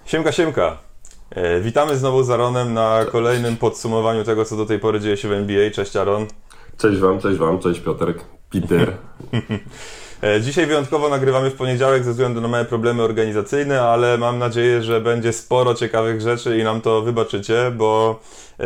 Siemka, siemka. Witamy znowu z Aaronem na kolejnym podsumowaniu tego, co do tej pory dzieje się w NBA. Cześć Aaron. Cześć wam, cześć Piotrek, Peter. Dzisiaj wyjątkowo nagrywamy w poniedziałek ze względu na małe problemy organizacyjne, ale mam nadzieję, że będzie sporo ciekawych rzeczy i nam to wybaczycie, bo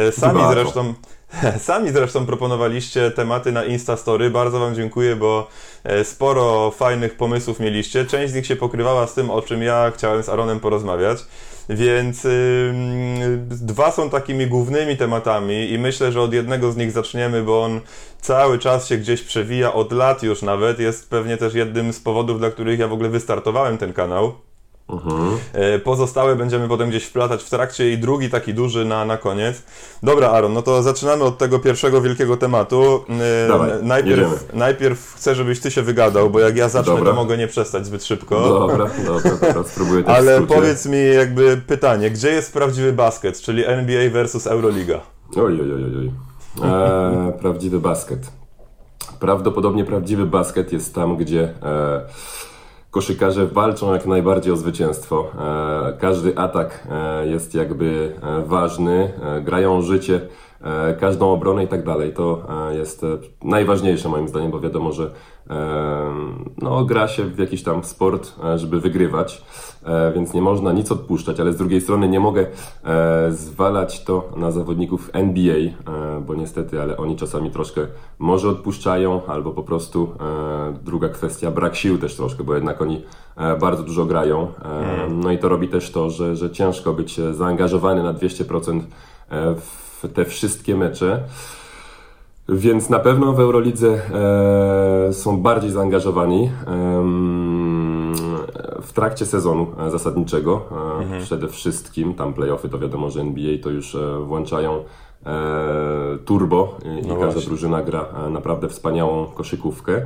sami zresztą proponowaliście tematy na Instastory. Bardzo wam dziękuję, bo sporo fajnych pomysłów mieliście. Część z nich się pokrywała z tym, o czym ja chciałem z Aaronem porozmawiać. Więc dwa są takimi głównymi tematami i myślę, że od jednego z nich zaczniemy, bo on cały czas się gdzieś przewija, od lat już nawet. Jest pewnie też jednym z powodów, dla których ja w ogóle wystartowałem ten kanał. Pozostałe będziemy potem gdzieś wplatać w trakcie i drugi taki duży na koniec. Dobra, Aaron, no to zaczynamy od tego pierwszego wielkiego tematu. Dawaj, najpierw chcę, żebyś ty się wygadał, bo jak ja zacznę, to mogę nie przestać zbyt szybko. Dobra, spróbuję też. Ale powiedz mi jakby pytanie, gdzie jest prawdziwy basket, czyli NBA versus Euroliga? Oj. Prawdziwy basket. Prawdopodobnie prawdziwy basket jest tam, gdzie koszykarze walczą jak najbardziej o zwycięstwo. Każdy atak jest jakby ważny, grają życie, każdą obronę i tak dalej. To jest najważniejsze moim zdaniem, bo wiadomo, że gra się w jakiś tam sport, żeby wygrywać, więc nie można nic odpuszczać, ale z drugiej strony nie mogę zwalać to na zawodników NBA, bo niestety, ale oni czasami troszkę może odpuszczają, albo po prostu druga kwestia, brak sił też troszkę, bo jednak oni bardzo dużo grają. No i to robi też to, że ciężko być zaangażowany na 200% w te wszystkie mecze. Więc na pewno w Eurolidze są bardziej zaangażowani w trakcie sezonu zasadniczego. Przede wszystkim tam play-offy, to wiadomo, że NBA to już włączają turbo i każda drużyna gra naprawdę wspaniałą koszykówkę.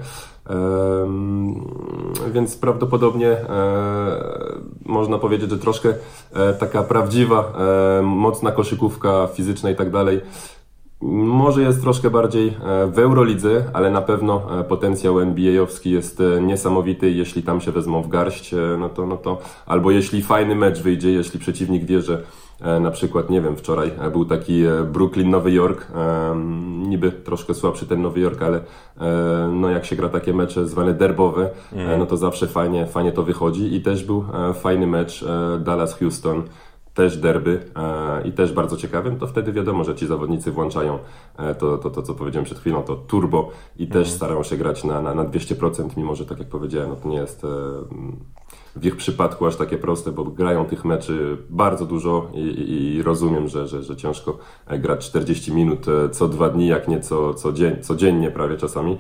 Więc prawdopodobnie można powiedzieć, że troszkę taka prawdziwa, mocna koszykówka fizyczna i tak dalej może jest troszkę bardziej w Eurolidze, ale na pewno potencjał NBA-owski jest niesamowity. Jeśli tam się wezmą w garść, no to albo jeśli fajny mecz wyjdzie, jeśli przeciwnik wie, że na przykład, nie wiem, wczoraj był taki Brooklyn-Nowy Jork, niby troszkę słabszy ten Nowy Jork, ale jak się gra takie mecze zwane derbowe, no to zawsze fajnie to wychodzi i też był fajny mecz Dallas-Houston, też derby i też bardzo ciekawym, to wtedy wiadomo, że ci zawodnicy włączają to co powiedziałem przed chwilą, to turbo i też starają się grać na 200%, mimo że tak jak powiedziałem, no to nie jest w ich przypadku aż takie proste, bo grają tych meczy bardzo dużo i rozumiem, że ciężko grać 40 minut co 2 dni, jak nie codziennie prawie czasami.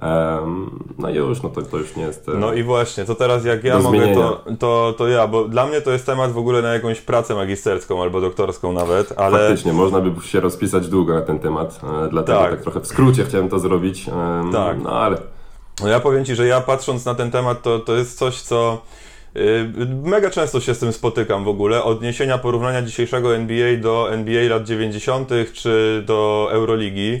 To już nie jest. No i właśnie, to teraz jak ja mogę, to ja, bo dla mnie to jest temat w ogóle na jakąś pracę magisterską albo doktorską nawet, ale... Faktycznie, można by się rozpisać długo na ten temat, dlatego tak trochę w skrócie chciałem to zrobić, tak. Ale... No ja powiem Ci, że ja patrząc na ten temat, to jest coś, co... Mega często się z tym spotykam w ogóle, odniesienia, porównania dzisiejszego NBA do NBA lat 90. czy do Euroligi.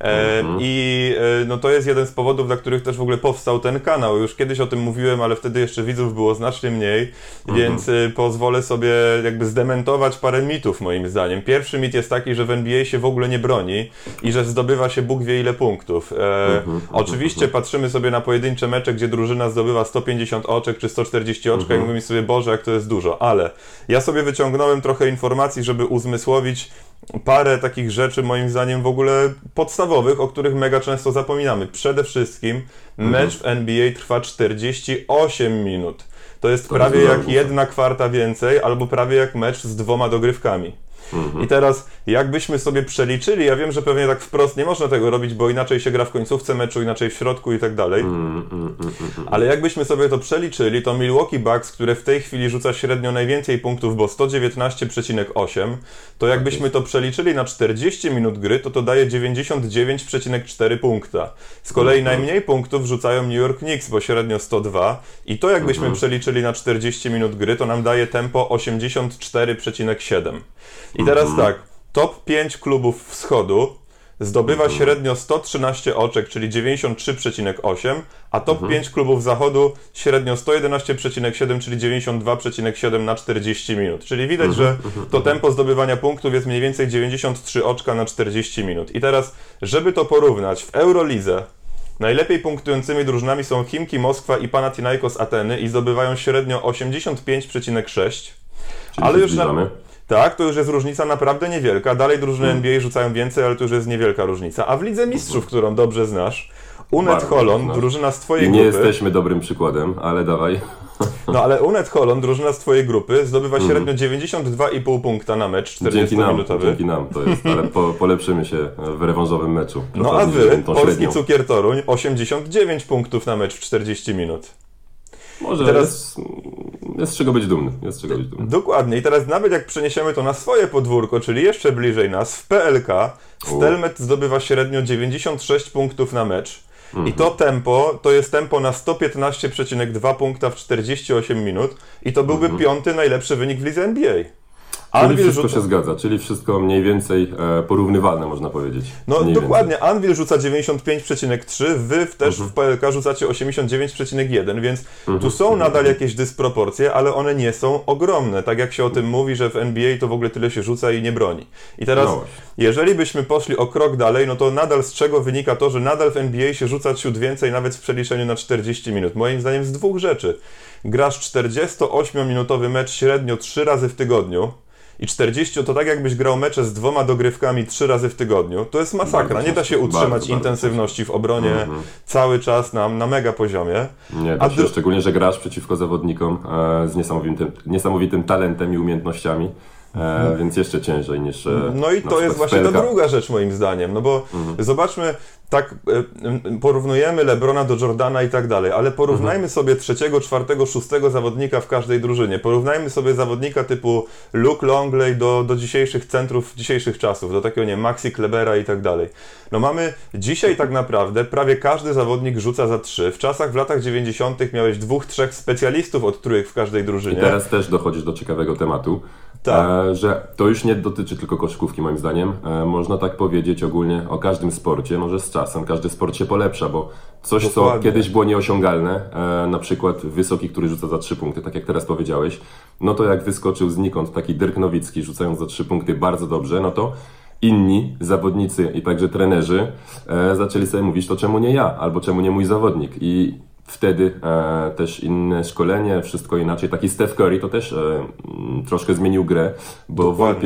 To jest jeden z powodów, dla których też w ogóle powstał ten kanał. Już kiedyś o tym mówiłem, ale wtedy jeszcze widzów było znacznie mniej, więc pozwolę sobie jakby zdementować parę mitów moim zdaniem. Pierwszy mit jest taki, że w NBA się w ogóle nie broni i że zdobywa się Bóg wie ile punktów. Oczywiście patrzymy sobie na pojedyncze mecze, gdzie drużyna zdobywa 150 oczek czy 140 oczek i mówimy sobie, Boże, jak to jest dużo, ale ja sobie wyciągnąłem trochę informacji, żeby uzmysłowić parę takich rzeczy, moim zdaniem, w ogóle podstawowych, o których mega często zapominamy. Przede wszystkim mecz w NBA trwa 48 minut. To jest prawie jak 1/4 więcej, albo prawie jak mecz z 2 dogrywkami. I teraz, jakbyśmy sobie przeliczyli, ja wiem, że pewnie tak wprost nie można tego robić, bo inaczej się gra w końcówce meczu, inaczej w środku i tak dalej, ale jakbyśmy sobie to przeliczyli, to Milwaukee Bucks, które w tej chwili rzuca średnio najwięcej punktów, bo 119,8, to jakbyśmy to przeliczyli na 40 minut gry, to daje 99,4 punkta. Z kolei najmniej punktów rzucają New York Knicks, bo średnio 102 i to jakbyśmy przeliczyli na 40 minut gry, to nam daje tempo 84,7. I teraz tak, top 5 klubów wschodu zdobywa średnio 113 oczek, czyli 93,8, a top 5 klubów zachodu średnio 111,7, czyli 92,7 na 40 minut. Czyli widać, że to tempo zdobywania punktów jest mniej więcej 93 oczka na 40 minut. I teraz, żeby to porównać, w Eurolidze najlepiej punktującymi drużynami są Chimki Moskwa i Panathinaikos Ateny i zdobywają średnio 85,6. Ale już tak, to już jest różnica naprawdę niewielka. Dalej drużyny NBA rzucają więcej, ale to już jest niewielka różnica. A w Lidze Mistrzów, którą dobrze znasz, Unet Holon, drużyna z twojej grupy... Nie jesteśmy dobrym przykładem, ale dawaj. No ale Unet Holon, drużyna z twojej grupy, zdobywa średnio 92,5 punkta na mecz 40-minutowy. Dzięki nam to jest, ale polepszymy się w rewanżowym meczu. No a wy, polski Cukier Toruń, 89 punktów na mecz w 40 minut. Może teraz jest z czego być dumny. Dokładnie. I teraz nawet jak przeniesiemy to na swoje podwórko, czyli jeszcze bliżej nas, w PLK Stelmet zdobywa średnio 96 punktów na mecz. I to tempo, to jest tempo na 115,2 punkta w 48 minut i to byłby piąty najlepszy wynik w lidze NBA. Czyli wszystko się zgadza, czyli wszystko mniej więcej porównywalne, można powiedzieć. No dokładnie, Anvil rzuca 95,3, wy też w PLK rzucacie 89,1, więc tu są nadal jakieś dysproporcje, ale one nie są ogromne. Tak jak się o tym mówi, że w NBA to w ogóle tyle się rzuca i nie broni. I teraz, jeżeli byśmy poszli o krok dalej, no to nadal z czego wynika to, że nadal w NBA się rzuca ciut więcej, nawet w przeliczeniu na 40 minut. Moim zdaniem z dwóch rzeczy. Grasz 48-minutowy mecz średnio 3 razy w tygodniu, i 40 to tak jakbyś grał mecze z 2 dogrywkami 3 razy w tygodniu. To jest masakra. Nie da się utrzymać intensywności w obronie cały czas na mega poziomie. Nie da się, szczególnie, że grasz przeciwko zawodnikom z niesamowitym talentem i umiejętnościami. Więc jeszcze ciężej niż... No i to jest właśnie ta druga rzecz moim zdaniem, no bo zobaczmy, tak porównujemy LeBrona do Jordana i tak dalej, ale porównajmy sobie 3., 4., 6. zawodnika w każdej drużynie. Porównajmy sobie zawodnika typu Luke Longley do dzisiejszych centrów, dzisiejszych czasów, do takiego, nie, Maxi Klebera i tak dalej. No mamy dzisiaj tak naprawdę prawie każdy zawodnik rzuca za 3. W czasach w latach 90. miałeś 2-3 specjalistów od trójek w każdej drużynie. I teraz też dochodzisz do ciekawego tematu. Tak. Że to już nie dotyczy tylko koszykówki, moim zdaniem. Można tak powiedzieć ogólnie o każdym sporcie, może z czasem każdy sport się polepsza, bo coś, co kiedyś było nieosiągalne, na przykład wysoki, który rzuca za 3 punkty, tak jak teraz powiedziałeś, no to jak wyskoczył znikąd taki Dirk Nowicki, rzucając za 3 punkty bardzo dobrze, no to inni zawodnicy i także trenerzy zaczęli sobie mówić, to czemu nie ja, albo czemu nie mój zawodnik. I wtedy też inne szkolenie, wszystko inaczej. Taki Steph Curry to też troszkę zmienił grę, bo wątpię,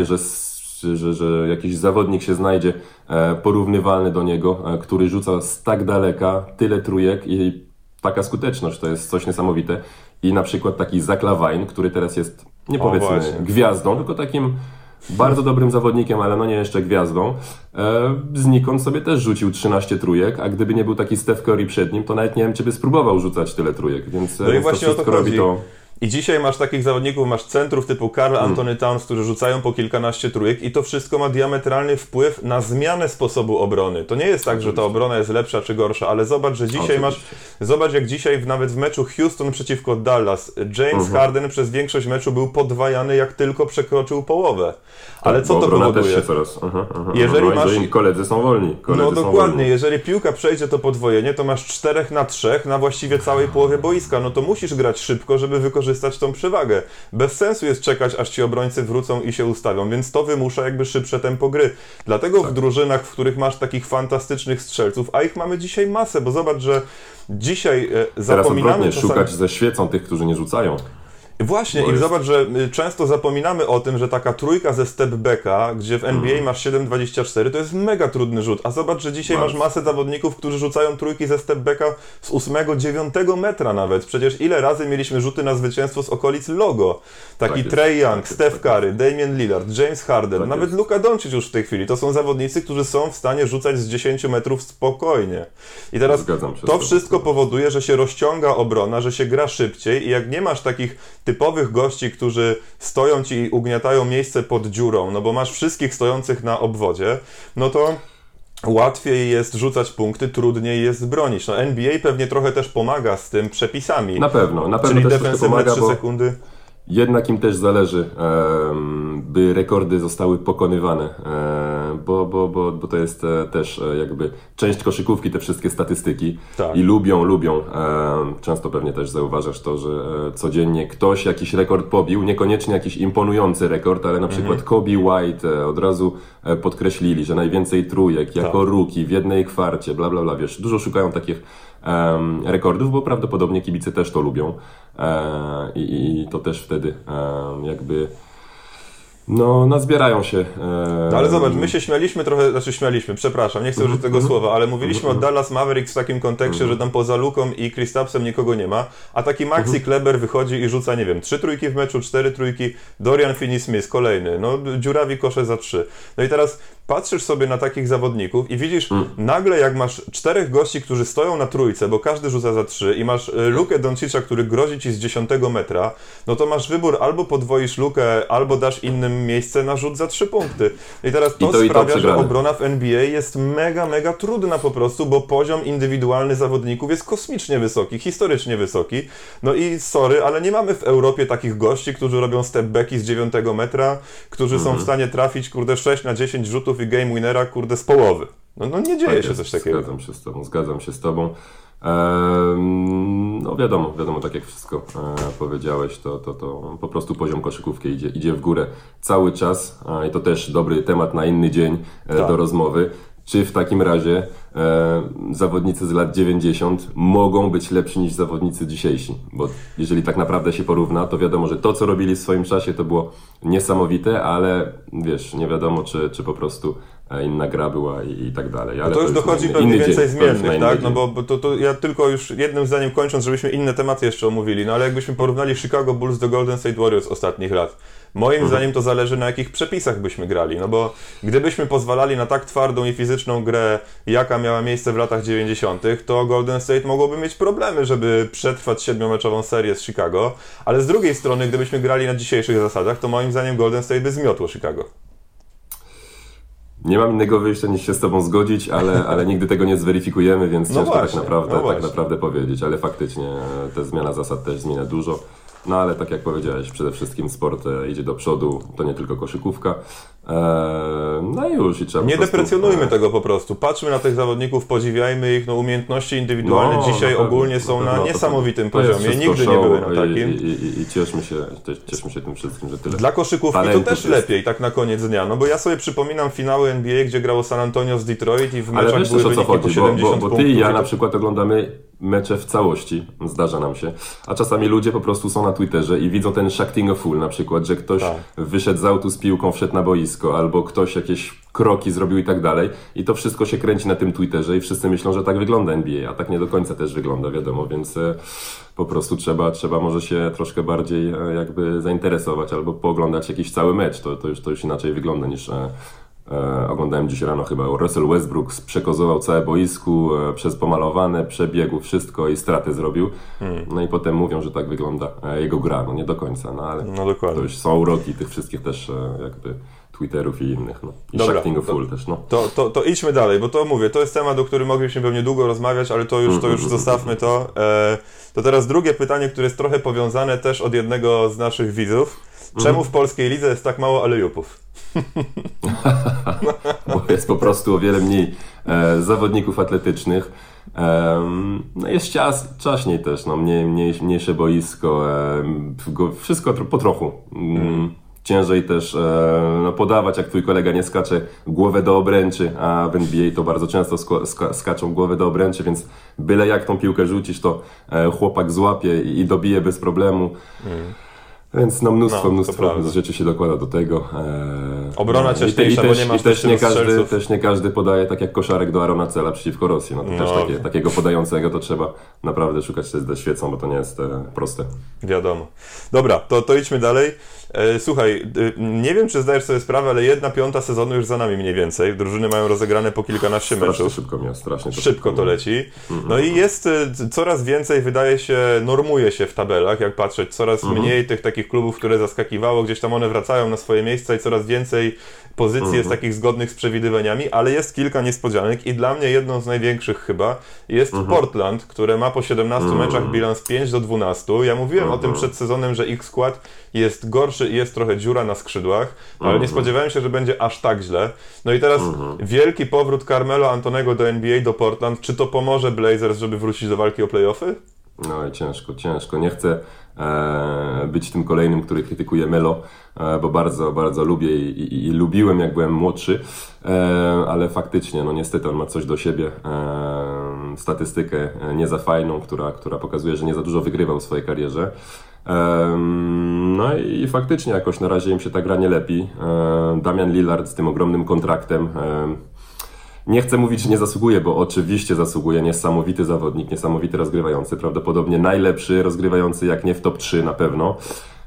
że jakiś zawodnik się znajdzie porównywalny do niego, który rzuca z tak daleka tyle trójek i taka skuteczność, to jest coś niesamowite. I na przykład taki Zach LaVine, który teraz jest, nie powiedzmy gwiazdą, tylko takim bardzo dobrym zawodnikiem, ale no nie jeszcze gwiazdą. Znikąd sobie też rzucił 13 trójek, a gdyby nie był taki Steph Curry przed nim, to nawet nie wiem, czy by spróbował rzucać tyle trójek. Więc no i właśnie to wszystko robi to... I dzisiaj masz takich zawodników, masz centrów typu Karl Anthony Towns, którzy rzucają po kilkanaście trójek i to wszystko ma diametralny wpływ na zmianę sposobu obrony. To nie jest tak, że ta obrona jest lepsza czy gorsza, ale zobacz, że dzisiaj zobacz jak dzisiaj nawet w meczu Houston przeciwko Dallas, James Harden przez większość meczu był podwajany, jak tylko przekroczył połowę. Ale co to powoduje? Też się coraz... Jeżeli masz... koledzy są wolni. No dokładnie, jeżeli piłka przejdzie to podwojenie, to masz 4-3 na właściwie całej połowie boiska, no to musisz grać szybko, żeby wykorzystać tą przewagę. Bez sensu jest czekać, aż ci obrońcy wrócą i się ustawią, więc to wymusza jakby szybsze tempo gry. Dlatego w drużynach, w których masz takich fantastycznych strzelców, a ich mamy dzisiaj masę, bo zobacz, że dzisiaj zapominamy teraz szukać ze świecą tych, którzy nie rzucają. Właśnie, i zobacz, że często zapominamy o tym, że taka trójka ze step-backa, gdzie w NBA masz 7,24, to jest mega trudny rzut, a zobacz, że dzisiaj masz masę zawodników, którzy rzucają trójki ze step-backa z 8-9 metra nawet. Przecież ile razy mieliśmy rzuty na zwycięstwo z okolic logo. Taki Trae Young, Steph Curry, Damian Lillard, James Harden, nawet Luka Doncic już w tej chwili. To są zawodnicy, którzy są w stanie rzucać z 10 metrów spokojnie. I teraz to wszystko powoduje, że się rozciąga obrona, że się gra szybciej i jak nie masz takich typowych gości, którzy stoją ci i ugniatają miejsce pod dziurą, no bo masz wszystkich stojących na obwodzie, no to łatwiej jest rzucać punkty, trudniej jest bronić. No NBA pewnie trochę też pomaga z tym przepisami. Na pewno czyli też defensywne pomaga, 3 sekundy. Jednak im też zależy, by rekordy zostały pokonywane, bo to jest też jakby część koszykówki, te wszystkie statystyki. Tak. I lubią, często pewnie też zauważasz to, że codziennie ktoś jakiś rekord pobił, niekoniecznie jakiś imponujący rekord, ale na przykład Kobe White od razu podkreślili, że najwięcej trójek jako rookie w jednej kwarcie, bla bla bla, wiesz, dużo szukają takich rekordów, bo prawdopodobnie kibice też to lubią i to też wtedy jakby nazbierają się. No ale zobacz, my się śmialiśmy trochę, przepraszam, nie chcę użyć tego słowa, ale mówiliśmy o Dallas Mavericks w takim kontekście, że tam poza Luką i Kristapsem nikogo nie ma, a taki Maxi Kleber wychodzi i rzuca, nie wiem, 3 trójki w meczu, 4 trójki, Dorian Finney-Smith kolejny, dziurawi kosze za 3. No i teraz patrzysz sobie na takich zawodników i widzisz nagle, jak masz 4 gości, którzy stoją na trójce, bo każdy rzuca za 3 i masz Lukę Doncicza, który grozi ci z 10 metra, no to masz wybór, albo podwoisz Lukę, albo dasz innym miejsce na rzut za 3 punkty. I teraz to sprawia, że obrona w NBA jest mega trudna po prostu, bo poziom indywidualny zawodników jest kosmicznie wysoki, historycznie wysoki. No i sorry, ale nie mamy w Europie takich gości, którzy robią step-backi z 9 metra, którzy są w stanie trafić, 6 na 10 rzutów i game winnera, z połowy. No nie dzieje się coś takiego. Zgadzam się z tobą. No wiadomo, tak jak wszystko powiedziałeś, to po prostu poziom koszykówki idzie w górę cały czas i to też dobry temat na inny dzień do rozmowy. Czy w takim razie zawodnicy z lat 90 mogą być lepsi niż zawodnicy dzisiejsi? Bo jeżeli tak naprawdę się porówna, to wiadomo, że to, co robili w swoim czasie, to było niesamowite, ale wiesz, nie wiadomo, czy po prostu inna gra była i tak dalej. Ale to już dochodzi pewnie więcej zmiennych, tak? No bo to ja tylko już jednym zdaniem kończąc, żebyśmy inne tematy jeszcze omówili, no ale jakbyśmy porównali Chicago Bulls do Golden State Warriors ostatnich lat, moim zdaniem to zależy, na jakich przepisach byśmy grali, no bo gdybyśmy pozwalali na tak twardą i fizyczną grę, jaka miała miejsce w latach 90., to Golden State mogłoby mieć problemy, żeby przetrwać 7-meczową serię z Chicago, ale z drugiej strony, gdybyśmy grali na dzisiejszych zasadach, to moim zdaniem Golden State by zmiotło Chicago. Nie mam innego wyjścia niż się z tobą zgodzić, ale nigdy tego nie zweryfikujemy, więc ciężko tak naprawdę powiedzieć, ale faktycznie ta zmiana zasad też zmienia dużo. No ale tak jak powiedziałeś, przede wszystkim sport idzie do przodu, to nie tylko koszykówka. No i już. Nie deprecjonujmy tego po prostu. Patrzmy na tych zawodników, podziwiajmy ich. Umiejętności indywidualne dzisiaj ogólnie są na niesamowitym poziomie. Nigdy nie były na takim. I cieszmy się tym wszystkim, że tyle. Dla koszykówki to też lepiej, tak na koniec dnia. No bo ja sobie przypominam finały NBA, gdzie grało San Antonio z Detroit i w meczach były wyniki po 70 punktów. Bo ty i ja na przykład oglądamy mecze w całości, zdarza nam się, a czasami ludzie po prostu są na Twitterze i widzą ten shacking of fool na przykład, że ktoś wyszedł z autu z piłką, wszedł na boisko, albo ktoś jakieś kroki zrobił i tak dalej i to wszystko się kręci na tym Twitterze i wszyscy myślą, że tak wygląda NBA, a tak nie do końca też wygląda, wiadomo, więc po prostu trzeba może się troszkę bardziej jakby zainteresować albo pooglądać jakiś cały mecz, to już inaczej wygląda niż oglądałem dziś rano chyba, Russell Westbrook przekozował całe boisku, przez pomalowane, przebiegł wszystko i straty zrobił. No i potem mówią, że tak wygląda jego gra, no nie do końca, no ale to już są uroki tych wszystkich też jakby Twitterów i innych, no. I Shacking of Fool też, no. To idźmy dalej, bo to jest temat, o którym moglibyśmy pewnie długo rozmawiać, ale to już zostawmy to. To teraz drugie pytanie, które jest trochę powiązane też od jednego z naszych widzów. Czemu w polskiej lidze jest tak mało alley-oopów? Bo jest po prostu o wiele mniej zawodników atletycznych. No jest czaśniej też, no, mniejsze boisko, wszystko po trochu. Ciężej też podawać, jak twój kolega nie skacze głowę do obręczy, a w NBA to bardzo często skaczą głowę do obręczy, więc byle jak tą piłkę rzucisz, to chłopak złapie i dobije bez problemu. Więc mnóstwo rzeczy się dokłada do tego. Obrona cięższa, bo nie masz też nie każdy podaje tak jak koszarek do Arona Cela przeciwko Rosji. No to też takiego podającego to trzeba naprawdę szukać ze świecą, bo to nie jest proste. Wiadomo. Dobra, to idźmy dalej. Słuchaj, nie wiem, czy zdajesz sobie sprawę, ale 1/5 sezonu już za nami mniej więcej. Drużyny mają rozegrane po kilkanaście meczów. Strasznie szybko to leci. No i jest coraz więcej, wydaje się, normuje się w tabelach, jak patrzeć, coraz mniej tych takich takich klubów, które zaskakiwało, gdzieś tam one wracają na swoje miejsca i coraz więcej pozycji jest takich zgodnych z przewidywaniami, ale jest kilka niespodzianek i dla mnie jedną z największych chyba jest Portland, które ma po 17 meczach bilans 5-12. Ja mówiłem o tym przed sezonem, że ich skład jest gorszy i jest trochę dziura na skrzydłach, ale nie spodziewałem się, że będzie aż tak źle. No i teraz wielki powrót Carmelo Antonego do NBA, do Portland. Czy to pomoże Blazers, żeby wrócić do walki o playoffy? No i ciężko. Nie chcę być tym kolejnym, który krytykuje Melo, bo bardzo, bardzo lubię i lubiłem, jak byłem młodszy, ale faktycznie, no niestety on ma coś do siebie, statystykę nie za fajną, która pokazuje, że nie za dużo wygrywał w swojej karierze. No i faktycznie jakoś na razie im się ta gra nie lepi. Damian Lillard z tym ogromnym kontraktem. Nie chcę mówić, że nie zasługuje, bo oczywiście zasługuje. Niesamowity zawodnik, niesamowity rozgrywający. Prawdopodobnie najlepszy rozgrywający, jak nie w top 3 na pewno.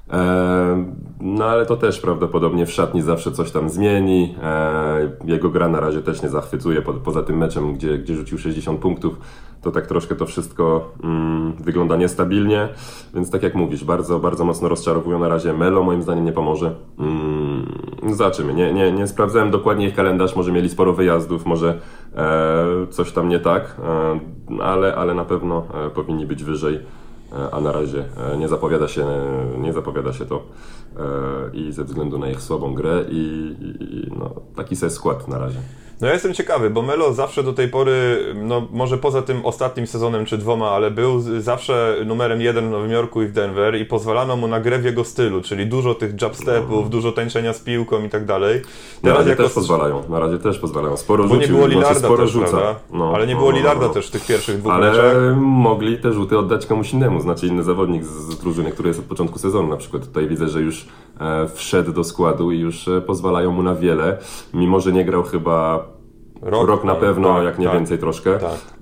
No ale to też prawdopodobnie w szatni zawsze coś tam zmieni. Jego gra na razie też nie zachwycuje. Poza tym meczem, gdzie rzucił 60 punktów, to tak troszkę to wszystko wygląda niestabilnie. Więc tak jak mówisz, bardzo, bardzo mocno rozczarowują na razie. Melo moim zdaniem nie pomoże. Zobaczymy. Nie sprawdzałem dokładnie ich kalendarz. Może mieli sporo wyjazdów, może coś tam nie tak. Ale na pewno powinni być wyżej. A na razie nie zapowiada się to i ze względu na ich słabą grę i no, taki sobie skład na razie. No ja jestem ciekawy, bo Melo zawsze do tej pory, no może poza tym ostatnim sezonem czy dwoma, ale był zawsze numerem 1 w Nowym Jorku i w Denver i pozwalano mu na grę w jego stylu, czyli dużo tych jabstepów, dużo tańczenia z piłką i tak dalej. Na razie też pozwalają. Sporo rzucił, bo nie było Lillarda sporo też, rzuca. Ale nie było Lillarda też w tych pierwszych dwóch ale meczach. Ale mogli te rzuty oddać komuś innemu, znaczy inny zawodnik z drużyny, który jest od początku sezonu. Na przykład tutaj widzę, że już wszedł do składu i już pozwalają mu na wiele, mimo że nie grał chyba rok na pewno, tak, jak nie więcej troszkę. Tak.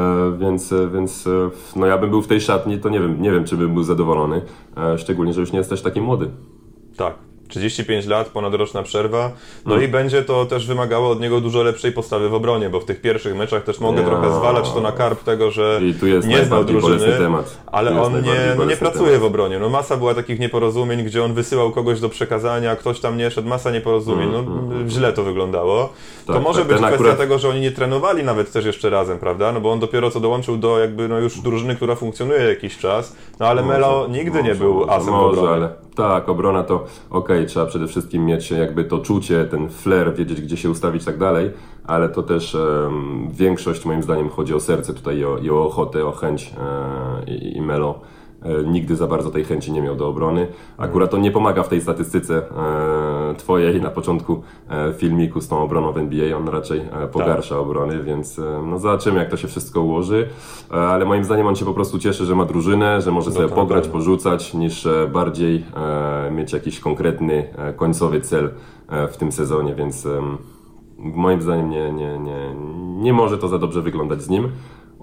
Więc no ja bym był w tej szatni, to nie wiem, czy bym był zadowolony. Szczególnie, że już nie jest też taki młody. Tak. 35 lat, ponadroczna przerwa, no i będzie to też wymagało od niego dużo lepszej postawy w obronie, bo w tych pierwszych meczach też mogę trochę zwalać to na karb tego, że nie znał drużyny, ale on nie pracuje w obronie. No masa była takich nieporozumień, gdzie on wysyłał kogoś do przekazania, ktoś tam nie szedł, masa nieporozumień, źle to wyglądało. To może być kwestia tego, że oni nie trenowali nawet też jeszcze razem, prawda? No bo on dopiero co dołączył do jakby już drużyny, która funkcjonuje jakiś czas, no ale Melo nigdy nie był asem w obronie. Ale tak, obrona to trzeba przede wszystkim mieć jakby to czucie, ten flair, wiedzieć gdzie się ustawić i tak dalej, ale to też większość moim zdaniem chodzi o serce tutaj i o ochotę, o chęć i Melo nigdy za bardzo tej chęci nie miał do obrony. Akurat to nie pomaga w tej statystyce twojej na początku filmiku z tą obroną w NBA, on raczej pogarsza obrony, więc no zobaczymy jak to się wszystko ułoży, ale moim zdaniem on się po prostu cieszy, że ma drużynę, że może sobie pograć, porzucać, niż bardziej mieć jakiś konkretny końcowy cel w tym sezonie, więc moim zdaniem nie może to za dobrze wyglądać z nim.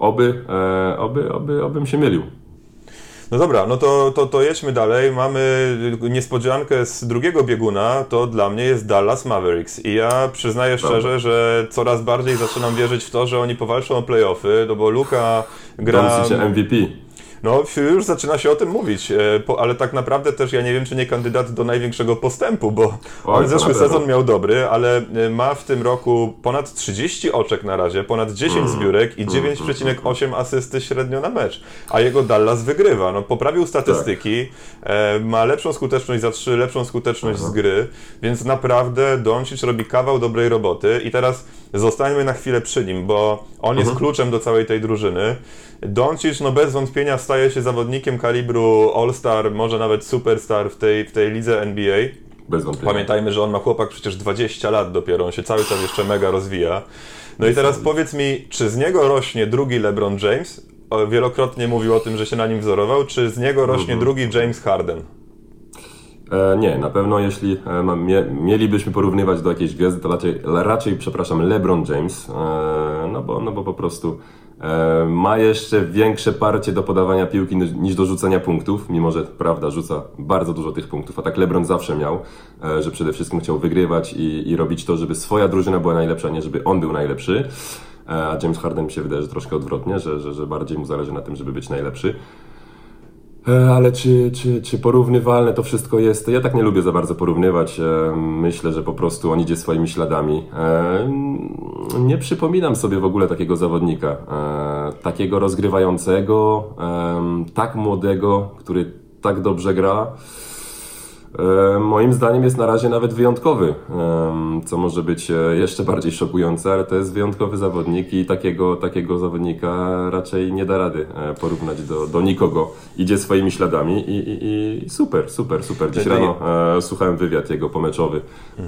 Obym się mylił. No dobra, no to jedźmy dalej. Mamy niespodziankę z drugiego bieguna, to dla mnie jest Dallas Mavericks i ja przyznaję szczerze, że coraz bardziej zaczynam wierzyć w to, że oni powalczą o play-offy, no bo Luka gra... MVP. No, już zaczyna się o tym mówić, ale tak naprawdę też ja nie wiem, czy nie kandydat do największego postępu, bo on zeszły sezon miał dobry, ale ma w tym roku ponad 30 oczek na razie, ponad 10 zbiórek i 9,8 asysty średnio na mecz, a jego Dallas wygrywa. No, poprawił statystyki, ma lepszą skuteczność za 3, lepszą skuteczność z gry, więc naprawdę Doncic robi kawał dobrej roboty i teraz zostańmy na chwilę przy nim, bo on jest kluczem do całej tej drużyny. Doncic no bez wątpienia staje się zawodnikiem kalibru All-Star, może nawet Superstar w tej lidze NBA. Bez wątpienia. Pamiętajmy, że on ma chłopak przecież 20 lat dopiero, on się cały czas jeszcze mega rozwija. No i teraz powiedz mi, czy z niego rośnie drugi LeBron James? Wielokrotnie mówił o tym, że się na nim wzorował. Czy z niego rośnie drugi James Harden? Nie, na pewno jeśli mielibyśmy porównywać do jakiejś gwiazdy, to raczej LeBron James, no bo po prostu ma jeszcze większe parcie do podawania piłki niż do rzucania punktów, mimo że prawda rzuca bardzo dużo tych punktów, a tak LeBron zawsze miał, że przede wszystkim chciał wygrywać i robić to, żeby swoja drużyna była najlepsza, nie żeby on był najlepszy, a James Harden mi się wydaje, że troszkę odwrotnie, że bardziej mu zależy na tym, żeby być najlepszy. Ale czy porównywalne to wszystko jest? Ja tak nie lubię za bardzo porównywać. Myślę, że po prostu on idzie swoimi śladami. Nie przypominam sobie w ogóle takiego zawodnika. Takiego rozgrywającego, tak młodego, który tak dobrze gra. Moim zdaniem jest na razie nawet wyjątkowy, co może być jeszcze bardziej szokujące, ale to jest wyjątkowy zawodnik i takiego zawodnika raczej nie da rady porównać do nikogo. Idzie swoimi śladami i super. Dziś rano słuchałem wywiad jego pomeczowy.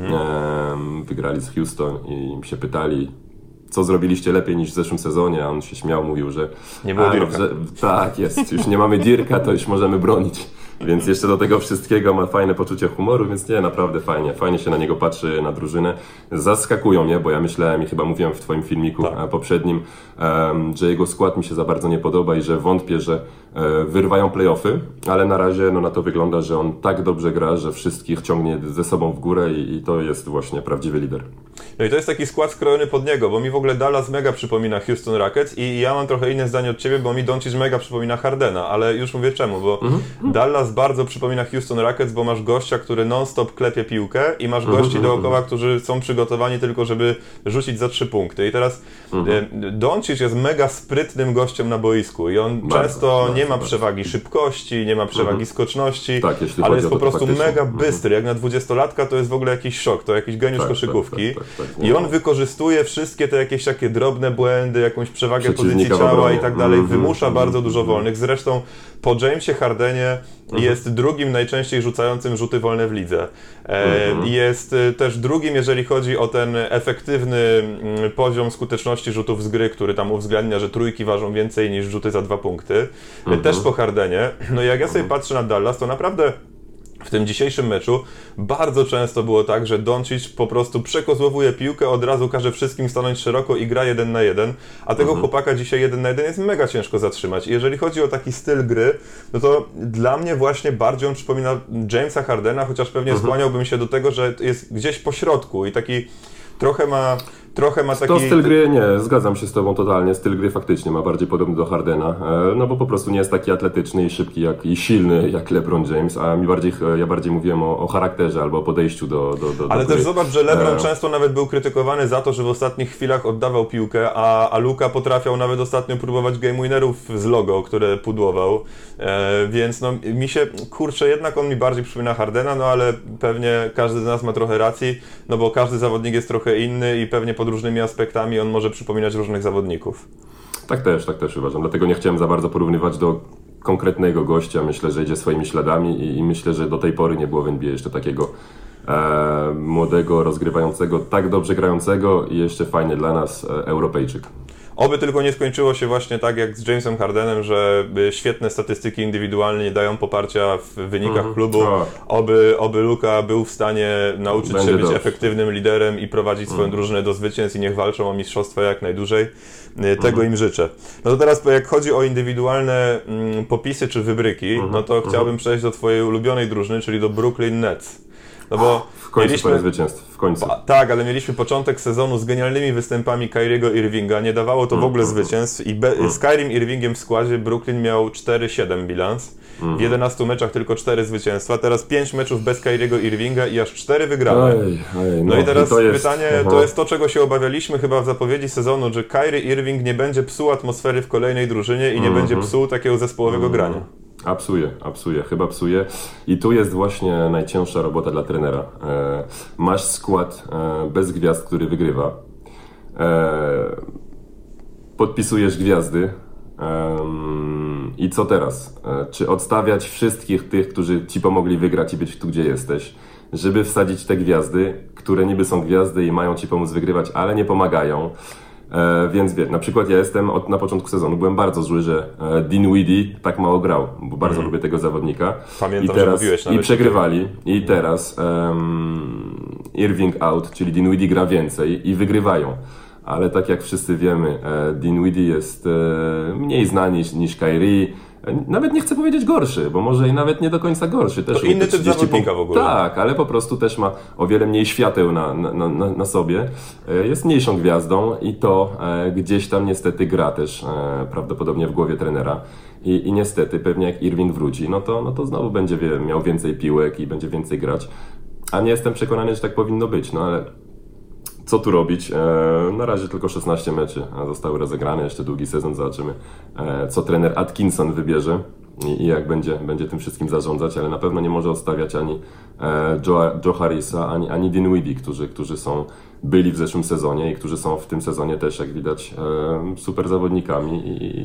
Wygrali z Houston i się pytali, co zrobiliście lepiej niż w zeszłym sezonie, a on się śmiał, mówił, że nie było Dirka. Tak jest, już nie mamy Dirka, to już możemy bronić. Więc jeszcze do tego wszystkiego ma fajne poczucie humoru, więc nie, naprawdę fajnie się na niego patrzy, na drużynę. Zaskakują mnie, bo ja myślałem i chyba mówiłem w twoim filmiku poprzednim, że jego skład mi się za bardzo nie podoba i że wątpię, że wyrwają play-offy, ale na razie na to wygląda, że on tak dobrze gra, że wszystkich ciągnie ze sobą w górę i to jest właśnie prawdziwy lider. No i to jest taki skład skrojony pod niego, bo mi w ogóle Dallas mega przypomina Houston Rockets i ja mam trochę inne zdanie od ciebie, bo mi Doncic mega przypomina Hardena, ale już mówię czemu, bo Dallas bardzo przypomina Houston Rockets, bo masz gościa, który non-stop klepie piłkę i masz gości dookoła, którzy są przygotowani tylko, żeby rzucić za 3 punkty. I teraz Doncic jest mega sprytnym gościem na boisku i on często nie ma przewagi szybkości, nie ma przewagi skoczności, ale jest po prostu mega bystry. Jak na 20-latka to jest w ogóle jakiś szok, to jakiś geniusz koszykówki. I on wykorzystuje wszystkie te jakieś takie drobne błędy, jakąś przewagę pozycji ciała i tak dalej, wymusza bardzo dużo wolnych. Zresztą po Jamesie Hardenie jest drugim najczęściej rzucającym rzuty wolne w lidze. Jest też drugim, jeżeli chodzi o ten efektywny poziom skuteczności rzutów z gry, który tam uwzględnia, że trójki ważą więcej niż rzuty za 2 punkty. Też po Hardenie. No i jak ja sobie patrzę na Dallas, to naprawdę w tym dzisiejszym meczu bardzo często było tak, że Doncic po prostu przekozłowuje piłkę, od razu każe wszystkim stanąć szeroko i gra 1 na 1, a tego chłopaka dzisiaj 1 na 1 jest mega ciężko zatrzymać. I jeżeli chodzi o taki styl gry, no to dla mnie właśnie bardziej on przypomina Jamesa Hardena, chociaż pewnie skłaniałbym się do tego, że jest gdzieś po środku i taki trochę ma taki... To styl gry, nie, zgadzam się z tobą totalnie, styl gry faktycznie ma bardziej podobny do Hardena, no bo po prostu nie jest taki atletyczny i szybki i silny jak LeBron James, a ja bardziej mówiłem o charakterze albo o podejściu do Ale gry. też zobacz, że LeBron często nawet był krytykowany za to, że w ostatnich chwilach oddawał piłkę, a Luka potrafiał nawet ostatnio próbować game winnerów z logo, które pudłował, więc no mi się, kurczę, jednak on mi bardziej przypomina Hardena, no ale pewnie każdy z nas ma trochę racji, no bo każdy zawodnik jest trochę inny i pewnie pod różnymi aspektami on może przypominać różnych zawodników. Tak też uważam, dlatego nie chciałem za bardzo porównywać do konkretnego gościa, myślę, że idzie swoimi śladami i myślę, że do tej pory nie było w NBA jeszcze takiego młodego, rozgrywającego, tak dobrze grającego i jeszcze fajnie dla nas Europejczyk. Oby tylko nie skończyło się właśnie tak jak z Jamesem Hardenem, że świetne statystyki indywidualne nie dają poparcia w wynikach klubu. Oby Luka był w stanie nauczyć się być efektywnym liderem i prowadzić swoją drużynę do zwycięstw i niech walczą o mistrzostwa jak najdłużej. Tego im życzę. No to teraz jak chodzi o indywidualne popisy czy wybryki, no to chciałbym przejść do twojej ulubionej drużyny, czyli do Brooklyn Nets. No bo w końcu parę zwycięstw, w końcu. Tak, ale mieliśmy początek sezonu z genialnymi występami Kyriego Irvinga, nie dawało to w ogóle zwycięstw i z Kyrim Irvingiem w składzie Brooklyn miał 4-7 bilans, w 11 meczach tylko 4 zwycięstwa, teraz 5 meczów bez Kyriego Irvinga i aż 4 wygrane. No i teraz pytanie, to jest to, czego się obawialiśmy chyba w zapowiedzi sezonu, że Kyrie Irving nie będzie psuł atmosfery w kolejnej drużynie i nie będzie psuł takiego zespołowego grania. Chyba psuje. I tu jest właśnie najcięższa robota dla trenera. Masz skład bez gwiazd, który wygrywa. Podpisujesz gwiazdy. I co teraz? Czy odstawiać wszystkich tych, którzy ci pomogli wygrać i być tu, gdzie jesteś, żeby wsadzić te gwiazdy, które niby są gwiazdy i mają ci pomóc wygrywać, ale nie pomagają? Więc na przykład ja na początku sezonu byłem bardzo zły, że Dinwiddie tak mało grał, bo bardzo lubię tego zawodnika. Pamiętam, że mówiłeś nawet. I przegrywali. I teraz Irving out, czyli Dinwiddie gra więcej i wygrywają. Ale tak jak wszyscy wiemy, Dinwiddie jest mniej znany niż Kyrie. Nawet nie chcę powiedzieć gorszy, bo może i nawet nie do końca gorszy. Też to inny typ zawodnika w ogóle. Tak, ale po prostu też ma o wiele mniej świateł na sobie. Jest mniejszą gwiazdą i to gdzieś tam niestety gra też prawdopodobnie w głowie trenera. I niestety pewnie jak Irving wróci, no to znowu będzie miał więcej piłek i będzie więcej grać. A nie jestem przekonany, że tak powinno być, no ale co tu robić? Na razie tylko 16 meczy zostały rozegrane, jeszcze długi sezon, zobaczymy co trener Atkinson wybierze i jak będzie tym wszystkim zarządzać, ale na pewno nie może odstawiać ani Joe Harrisa, ani Dinwiddie, którzy byli w zeszłym sezonie i którzy są w tym sezonie też, jak widać, super zawodnikami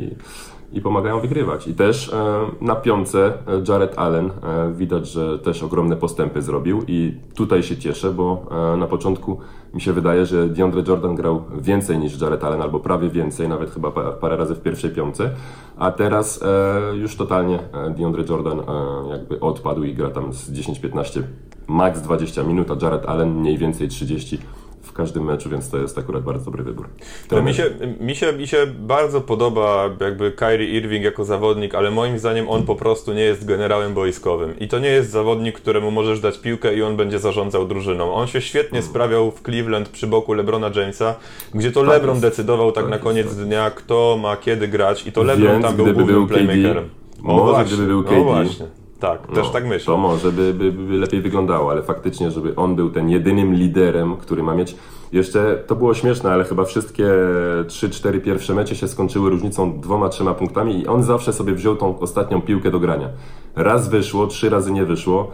i pomagają wygrywać. I też na piątce Jarrett Allen widać, że też ogromne postępy zrobił i tutaj się cieszę, bo na początku mi się wydaje, że DeAndre Jordan grał więcej niż Jarrett Allen, albo prawie więcej, nawet chyba parę razy w pierwszej piątce, a teraz już totalnie DeAndre Jordan jakby odpadł i gra tam z 10-15, max 20 minut, a Jarrett Allen mniej więcej 30 w każdym meczu, więc to jest akurat bardzo dobry wybór. To mi się bardzo podoba jakby Kyrie Irving jako zawodnik, ale moim zdaniem on po prostu nie jest generałem boiskowym. I to nie jest zawodnik, któremu możesz dać piłkę i on będzie zarządzał drużyną. On się świetnie sprawiał w Cleveland przy boku LeBrona Jamesa, gdzie to LeBron decydował tak na koniec dnia, kto ma kiedy grać i to LeBron tam był głównym playmakerem. Gdyby był KD, no właśnie. Tak, też tak myślę. To może by lepiej wyglądało, ale faktycznie, żeby on był ten jedynym liderem, który ma mieć... Jeszcze to było śmieszne, ale chyba wszystkie 3-4 pierwsze mecze się skończyły różnicą 2-3 punktami i on zawsze sobie wziął tą ostatnią piłkę do grania. Raz wyszło, 3 razy nie wyszło.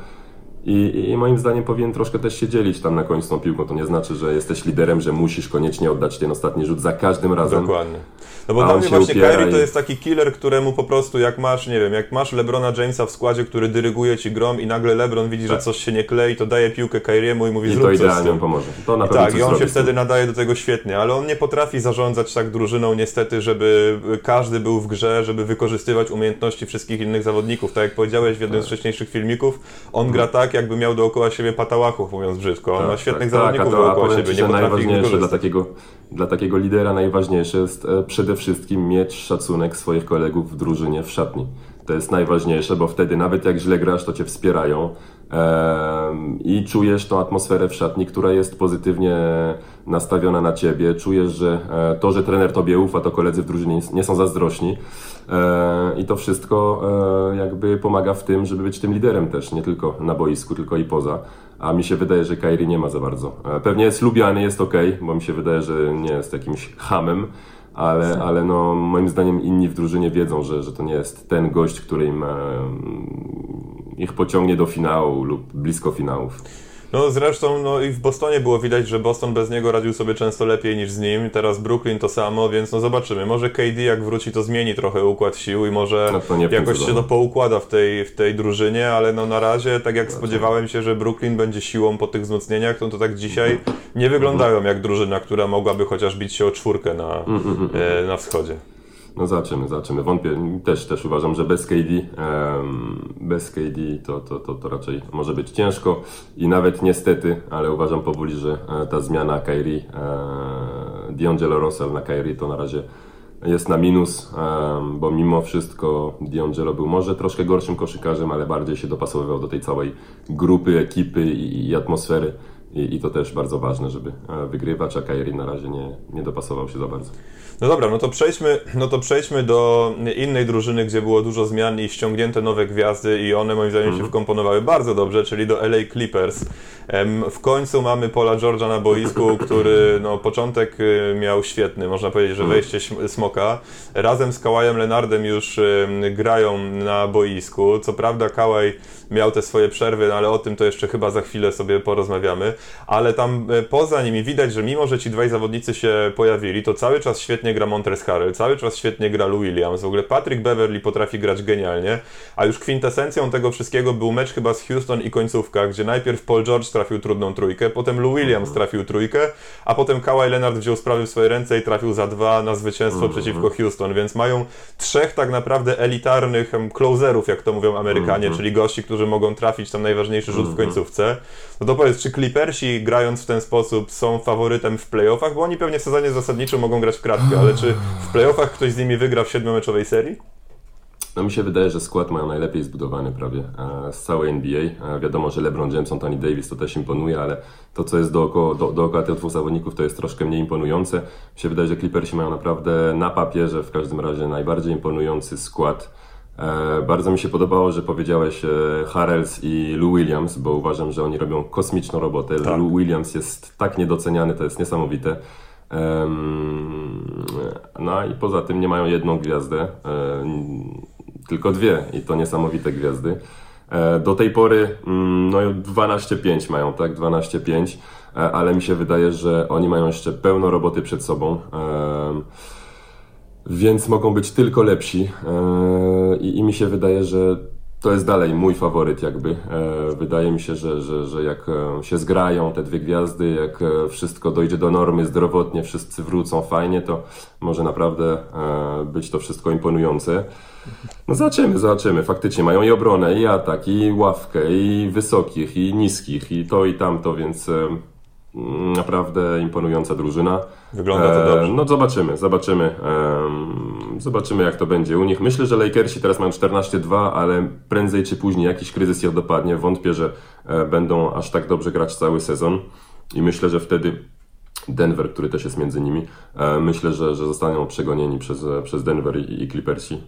I moim zdaniem powinien troszkę też się dzielić tam na końcu tą piłką. To nie znaczy, że jesteś liderem, że musisz koniecznie oddać ten ostatni rzut za każdym razem. Dokładnie. No bo dla mnie właśnie Kyrie to jest taki killer, któremu po prostu jak masz, nie wiem, jak masz LeBrona Jamesa w składzie, który dyryguje ci grą i nagle LeBron widzi, że coś się nie klei, to daje piłkę Kyriemu i mówi, zrób coś z tym. I to idealnie pomoże. To na pewno i on się wtedy nadaje do tego świetnie, ale on nie potrafi zarządzać tak drużyną niestety, żeby każdy był w grze, żeby wykorzystywać umiejętności wszystkich innych zawodników. Tak jak powiedziałeś w jednym z wcześniejszych filmików, on gra tak, jakby miał dookoła siebie patałachów, mówiąc brzydko. On ma świetnych zawodników dookoła siebie, nie potrafi ich wykorzystać. Dla takiego lidera najważniejsze jest przede wszystkim mieć szacunek swoich kolegów w drużynie, w szatni. To jest najważniejsze, bo wtedy nawet jak źle grasz, to cię wspierają i czujesz tą atmosferę w szatni, która jest pozytywnie nastawiona na ciebie. Czujesz, że to, że trener tobie ufa, to koledzy w drużynie nie są zazdrośni i to wszystko jakby pomaga w tym, żeby być tym liderem też, nie tylko na boisku, tylko i poza. A mi się wydaje, że Kyrie nie ma za bardzo. Pewnie jest lubiany, jest okej, bo mi się wydaje, że nie jest jakimś chamem, ale no, moim zdaniem inni w drużynie wiedzą, że to nie jest ten gość, który ich pociągnie do finału lub blisko finałów. No zresztą no i w Bostonie było widać, że Boston bez niego radził sobie często lepiej niż z nim. Teraz Brooklyn to samo, więc no zobaczymy. Może KD jak wróci, to zmieni trochę układ sił i może jakoś się to poukłada w tej drużynie, ale no na razie, tak jak spodziewałem się, że Brooklyn będzie siłą po tych wzmocnieniach, to tak dzisiaj nie wyglądają jak drużyna, która mogłaby chociaż bić się o 4 na wschodzie. No zobaczymy. Wątpię. Też uważam, że bez KD to raczej może być ciężko i nawet niestety, ale uważam powoli, że ta zmiana Kyrie, D'Angelo Russell na Kyrie to na razie jest na minus, bo mimo wszystko D'Angelo był może troszkę gorszym koszykarzem, ale bardziej się dopasowywał do tej całej grupy, ekipy i atmosfery. I to też bardzo ważne, żeby wygrywać, a Kyrie na razie nie dopasował się za bardzo. No dobra, no to przejdźmy do innej drużyny, gdzie było dużo zmian i ściągnięte nowe gwiazdy i one moim zdaniem się wkomponowały bardzo dobrze, czyli do LA Clippers. W końcu mamy Paula George'a na boisku, który no, początek miał świetny, można powiedzieć, że wejście smoka. Razem z Kawajem Leonardem już grają na boisku. Co prawda Kawhi miał te swoje przerwy, no, ale o tym to jeszcze chyba za chwilę sobie porozmawiamy. Ale tam poza nimi widać, że mimo, że ci dwaj zawodnicy się pojawili, to cały czas świetnie gra Montrezl Harrell, cały czas świetnie gra Lou Williams. W ogóle Patrick Beverley potrafi grać genialnie, a już kwintesencją tego wszystkiego był mecz chyba z Houston i końcówka, gdzie najpierw Paul George trafił trudną trójkę, potem Lou Williams trafił trójkę, a potem Kawhi Leonard wziął sprawy w swoje ręce i trafił za 2 na zwycięstwo przeciwko Houston, więc mają 3 tak naprawdę elitarnych closerów, jak to mówią Amerykanie, czyli gości, którzy mogą trafić tam najważniejszy rzut w końcówce. No to powiedz, czy Clippersi grając w ten sposób są faworytem w playoffach? Bo oni pewnie w sezonie zasadniczym mogą grać w kratkę, ale czy w playoffach ktoś z nimi wygra w 7-meczowej serii? No mi się wydaje, że skład mają najlepiej zbudowany prawie z całej NBA. Wiadomo, że LeBron James, Anthony Davis to też imponuje, ale to, co jest dookoła tych 2 zawodników, to jest troszkę mniej imponujące. Mi się wydaje, że Clippersi mają naprawdę na papierze w każdym razie najbardziej imponujący skład Bardzo mi się podobało, że powiedziałeś Harrells i Lou Williams, bo uważam, że oni robią kosmiczną robotę. Tak. Lou Williams jest tak niedoceniany, to jest niesamowite. No i poza tym nie mają jedną gwiazdę, tylko dwie i to niesamowite gwiazdy. Do tej pory no 12-5 mają, tak? 12-5, ale mi się wydaje, że oni mają jeszcze pełno roboty przed sobą. Więc mogą być tylko lepsi i mi się wydaje, że to jest dalej mój faworyt jakby. Wydaje mi się, że jak się zgrają te dwie gwiazdy, jak wszystko dojdzie do normy zdrowotnie, wszyscy wrócą fajnie, to może naprawdę być to wszystko imponujące. No zobaczymy. Faktycznie mają i obronę, i atak, i ławkę, i wysokich, i niskich, i to, i tamto, więc naprawdę imponująca drużyna. Wygląda to dobrze. No zobaczymy jak to będzie u nich. Myślę, że Lakersi teraz mają 14-2, ale prędzej czy później jakiś kryzys ich dopadnie. Wątpię, że będą aż tak dobrze grać cały sezon i myślę, że wtedy Denver, który też jest między nimi, myślę, że zostaną przegonieni przez Denver i Clippersi.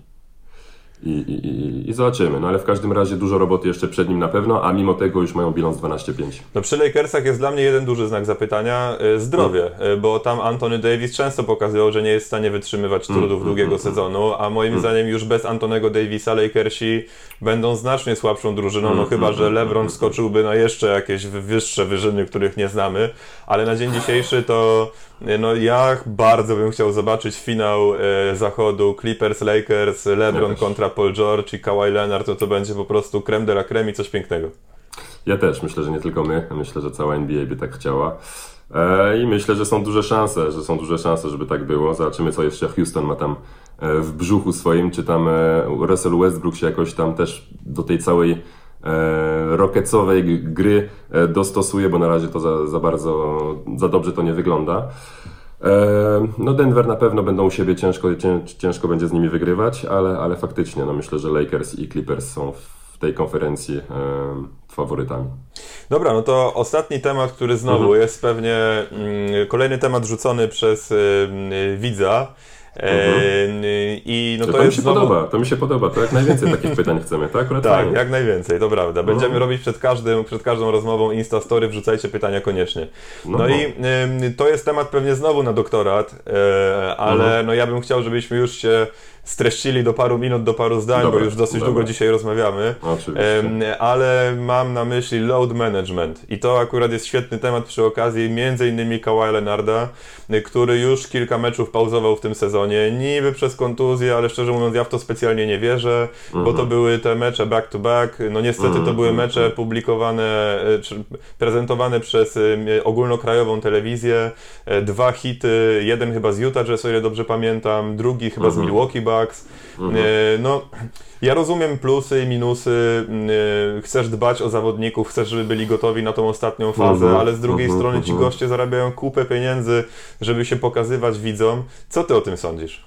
I zobaczymy, no ale w każdym razie dużo roboty jeszcze przed nim na pewno, a mimo tego już mają bilans 12-5. No przy Lakersach jest dla mnie jeden duży znak zapytania, zdrowie, bo tam Anthony Davis często pokazywał, że nie jest w stanie wytrzymywać trudów długiego sezonu, a moim zdaniem już bez Antonego Davisa Lakersi będą znacznie słabszą drużyną, no chyba, że LeBron wskoczyłby na jeszcze jakieś wyższe wyżyny, których nie znamy, ale na dzień dzisiejszy to no ja bardzo bym chciał zobaczyć finał zachodu Clippers-Lakers, LeBron kontra Paul George i Kawhi Leonard, to będzie po prostu creme de la creme i coś pięknego. Ja też, myślę, że nie tylko my, myślę, że cała NBA by tak chciała. I myślę, że są duże szanse, żeby tak było. Zobaczymy, co jeszcze Houston ma tam w brzuchu swoim, czy tam Russell Westbrook się jakoś tam też do tej całej rocketsowej gry dostosuje, bo na razie to za dobrze to nie wygląda. No Denver na pewno będą u siebie, ciężko będzie z nimi wygrywać, ale faktycznie no myślę, że Lakers i Clippers są w tej konferencji faworytami. Dobra, no to ostatni temat, który znowu jest pewnie kolejny temat rzucony przez widza. I no to jest to mi się podoba, to jak najwięcej takich pytań chcemy, tak? Tak, fajnie. Jak najwięcej, to prawda. Będziemy robić przed każdą rozmową Instastory, wrzucajcie pytania koniecznie. No i to jest temat pewnie znowu na doktorat, ale no ja bym chciał, żebyśmy już się streścili do paru minut, do paru zdań, bo już dosyć długo dzisiaj rozmawiamy. Oczywiście. Ale mam na myśli load management i to akurat jest świetny temat przy okazji między innymi Kawhi Leonarda, który już kilka meczów pauzował w tym sezonie, niby przez kontuzję, ale szczerze mówiąc ja w to specjalnie nie wierzę, bo to były te mecze back to back, no niestety to były mecze publikowane, prezentowane przez ogólnokrajową telewizję, 2 hity, jeden chyba z Utah Jazz, o ile dobrze pamiętam, drugi chyba z Milwaukee Bucks. No, ja rozumiem plusy i minusy, chcesz dbać o zawodników, chcesz, żeby byli gotowi na tą ostatnią fazę, ale z drugiej strony ci goście zarabiają kupę pieniędzy, żeby się pokazywać widzom. Co ty o tym sądzisz?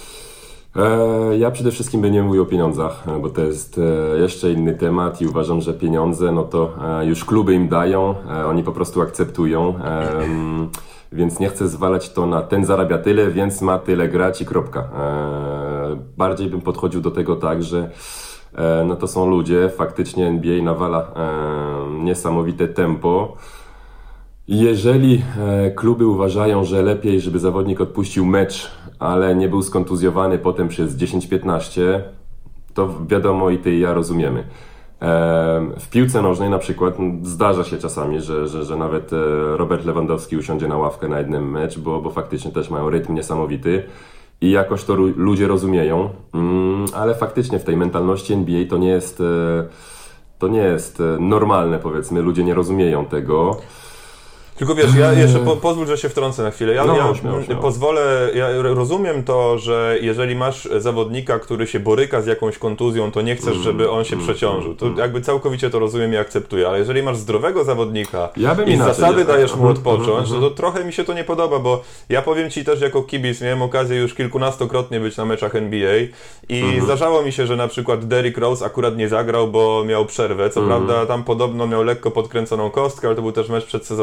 Ja przede wszystkim bym nie mówił o pieniądzach, bo to jest jeszcze inny temat i uważam, że pieniądze, no to już kluby im dają, oni po prostu akceptują. Więc nie chcę zwalać to na ten zarabia tyle, więc ma tyle grać i kropka. Bardziej bym podchodził do tego tak, że no to są ludzie, faktycznie NBA nawala niesamowite tempo. Jeżeli kluby uważają, że lepiej, żeby zawodnik odpuścił mecz, ale nie był skontuzjowany potem przez 10-15, to wiadomo i ty i ja rozumiemy. W piłce nożnej na przykład zdarza się czasami, że nawet Robert Lewandowski usiądzie na ławkę na jeden mecz, bo faktycznie też mają rytm niesamowity i jakoś to ludzie rozumieją, ale faktycznie w tej mentalności NBA to nie jest normalne, powiedzmy, ludzie nie rozumieją tego. Tylko wiesz, ja jeszcze pozwól, że się wtrącę na chwilę. Śmiało. Pozwolę, ja rozumiem to, że jeżeli masz zawodnika, który się boryka z jakąś kontuzją, to nie chcesz, żeby on się przeciążył. To jakby całkowicie to rozumiem i akceptuję, ale jeżeli masz zdrowego zawodnika i z zasady dajesz mu odpocząć, to trochę mi się to nie podoba, bo ja powiem ci też jako kibic, miałem okazję już kilkunastokrotnie być na meczach NBA i zdarzało mi się, że na przykład Derrick Rose akurat nie zagrał, bo miał przerwę. Co prawda tam podobno miał lekko podkręconą kostkę, ale to był też mecz przedsezonowy.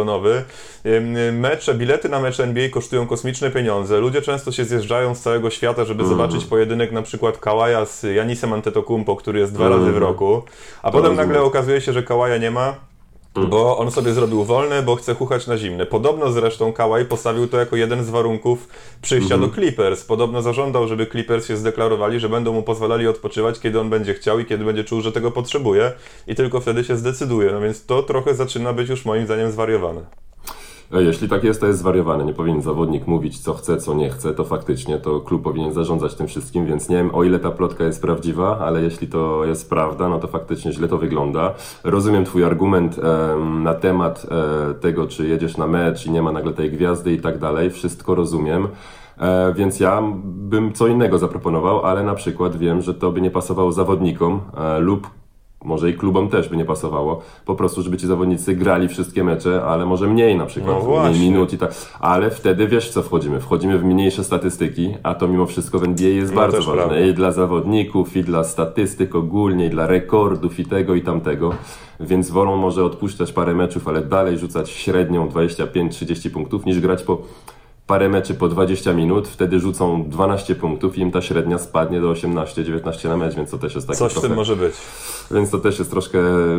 bilety na mecze NBA kosztują kosmiczne pieniądze. Ludzie często się zjeżdżają z całego świata, żeby zobaczyć pojedynek na przykład Kałaja z Janisem Antetokounmpo, który jest 2 razy w roku, a potem nagle okazuje się, że Kałaja nie ma, bo on sobie zrobił wolne, bo chce chuchać na zimne. Podobno zresztą Kałaj postawił to jako jeden z warunków przyjścia do Clippers. Podobno zażądał, żeby Clippers się zdeklarowali, że będą mu pozwalali odpoczywać, kiedy on będzie chciał i kiedy będzie czuł, że tego potrzebuje, i tylko wtedy się zdecyduje. No więc to trochę zaczyna być już moim zdaniem zwariowane. Jeśli tak jest, to jest zwariowane. Nie powinien zawodnik mówić, co chce, co nie chce, to faktycznie to klub powinien zarządzać tym wszystkim, więc nie wiem, o ile ta plotka jest prawdziwa, ale jeśli to jest prawda, no to faktycznie źle to wygląda. Rozumiem twój argument na temat tego, czy jedziesz na mecz i nie ma nagle tej gwiazdy i tak dalej. Wszystko rozumiem. Więc ja bym co innego zaproponował, ale na przykład wiem, że to by nie pasowało zawodnikom lub może i klubom też by nie pasowało, po prostu, żeby ci zawodnicy grali wszystkie mecze, ale może mniej na przykład, mniej minut i tak, ale wtedy wiesz co wchodzimy w mniejsze statystyki, a to mimo wszystko w NBA jest bardzo ważne, prawda. I dla zawodników, i dla statystyk ogólnie, i dla rekordów, i tego, i tamtego, więc wolą może odpuszczać parę meczów, ale dalej rzucać średnią 25-30 punktów, niż grać po parę meczy po 20 minut, wtedy rzucą 12 punktów i im ta średnia spadnie do 18-19 na mecz, więc to też jest takie coś trochę, w tym może być. Więc to też jest troszkę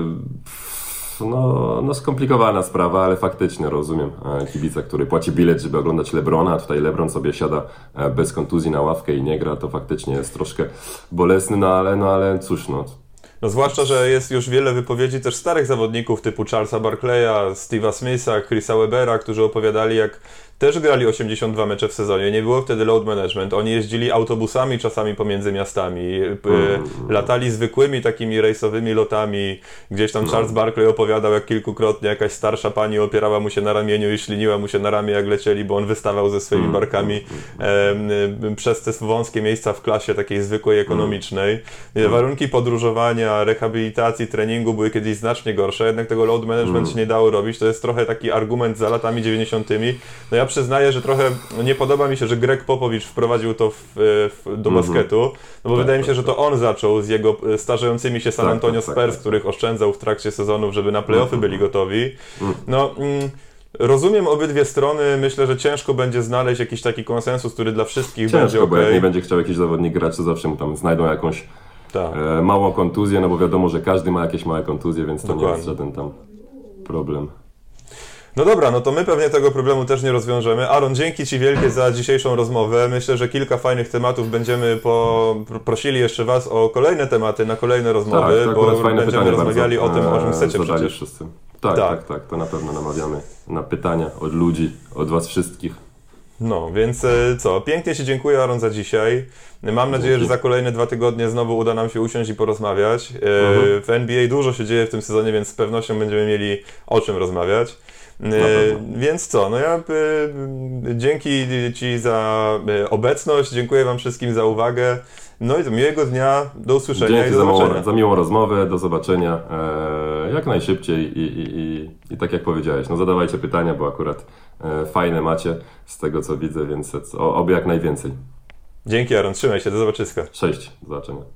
skomplikowana sprawa, ale faktycznie rozumiem kibica, który płaci bilet, żeby oglądać LeBrona, a tutaj LeBron sobie siada bez kontuzji na ławkę i nie gra, to faktycznie jest troszkę bolesny, no ale cóż, no. No zwłaszcza, że jest już wiele wypowiedzi też starych zawodników typu Charlesa Barkleya, Steve'a Smitha, Chrisa Webera, którzy opowiadali, jak też grali 82 mecze w sezonie, nie było wtedy load management, oni jeździli autobusami czasami pomiędzy miastami, latali zwykłymi takimi rejsowymi lotami, gdzieś tam Charles Barkley opowiadał, jak kilkukrotnie jakaś starsza pani opierała mu się na ramieniu i śliniła mu się na ramię, jak lecieli, bo on wystawał ze swoimi barkami przez te wąskie miejsca w klasie takiej zwykłej, ekonomicznej. Warunki podróżowania, rehabilitacji, treningu były kiedyś znacznie gorsze, jednak tego load management się nie dało robić, to jest trochę taki argument za latami 90. No ja przyznaję, że trochę nie podoba mi się, że Greg Popovich wprowadził to do basketu, no bo wydaje mi się, że to on zaczął z jego starzejącymi się San Antonio Spurs, których oszczędzał w trakcie sezonów, żeby na playoffy byli gotowi. Rozumiem obydwie strony, myślę, że ciężko będzie znaleźć jakiś taki konsensus, który dla wszystkich będzie okej. Bo jak nie będzie chciał jakiś zawodnik grać, to zawsze mu tam znajdą jakąś małą kontuzję, no bo wiadomo, że każdy ma jakieś małe kontuzje, więc to nie jest żaden tam problem. No dobra, no to my pewnie tego problemu też nie rozwiążemy. Aaron, dzięki Ci wielkie za dzisiejszą rozmowę. Myślę, że kilka fajnych tematów będziemy prosili jeszcze Was o kolejne tematy, na kolejne rozmowy, bo będziemy rozmawiali o tym, o czym chcecie przecież. Wszyscy. Tak, to na pewno namawiamy na pytania od ludzi, od Was wszystkich. No, więc co, pięknie Ci dziękuję, Aaron, za dzisiaj. Mam nadzieję, że za kolejne 2 tygodnie znowu uda nam się usiąść i porozmawiać. W NBA dużo się dzieje w tym sezonie, więc z pewnością będziemy mieli o czym rozmawiać. Więc co, no ja dzięki Ci za obecność, dziękuję Wam wszystkim za uwagę, no i do miłego dnia, do usłyszenia. Dzięki i do zobaczenia. za miłą rozmowę, do zobaczenia jak najszybciej i tak jak powiedziałeś, no zadawajcie pytania, bo akurat fajne macie z tego co widzę, więc oby jak najwięcej. Dzięki, Aaron, trzymaj się, do zobaczyska. Cześć, do zobaczenia.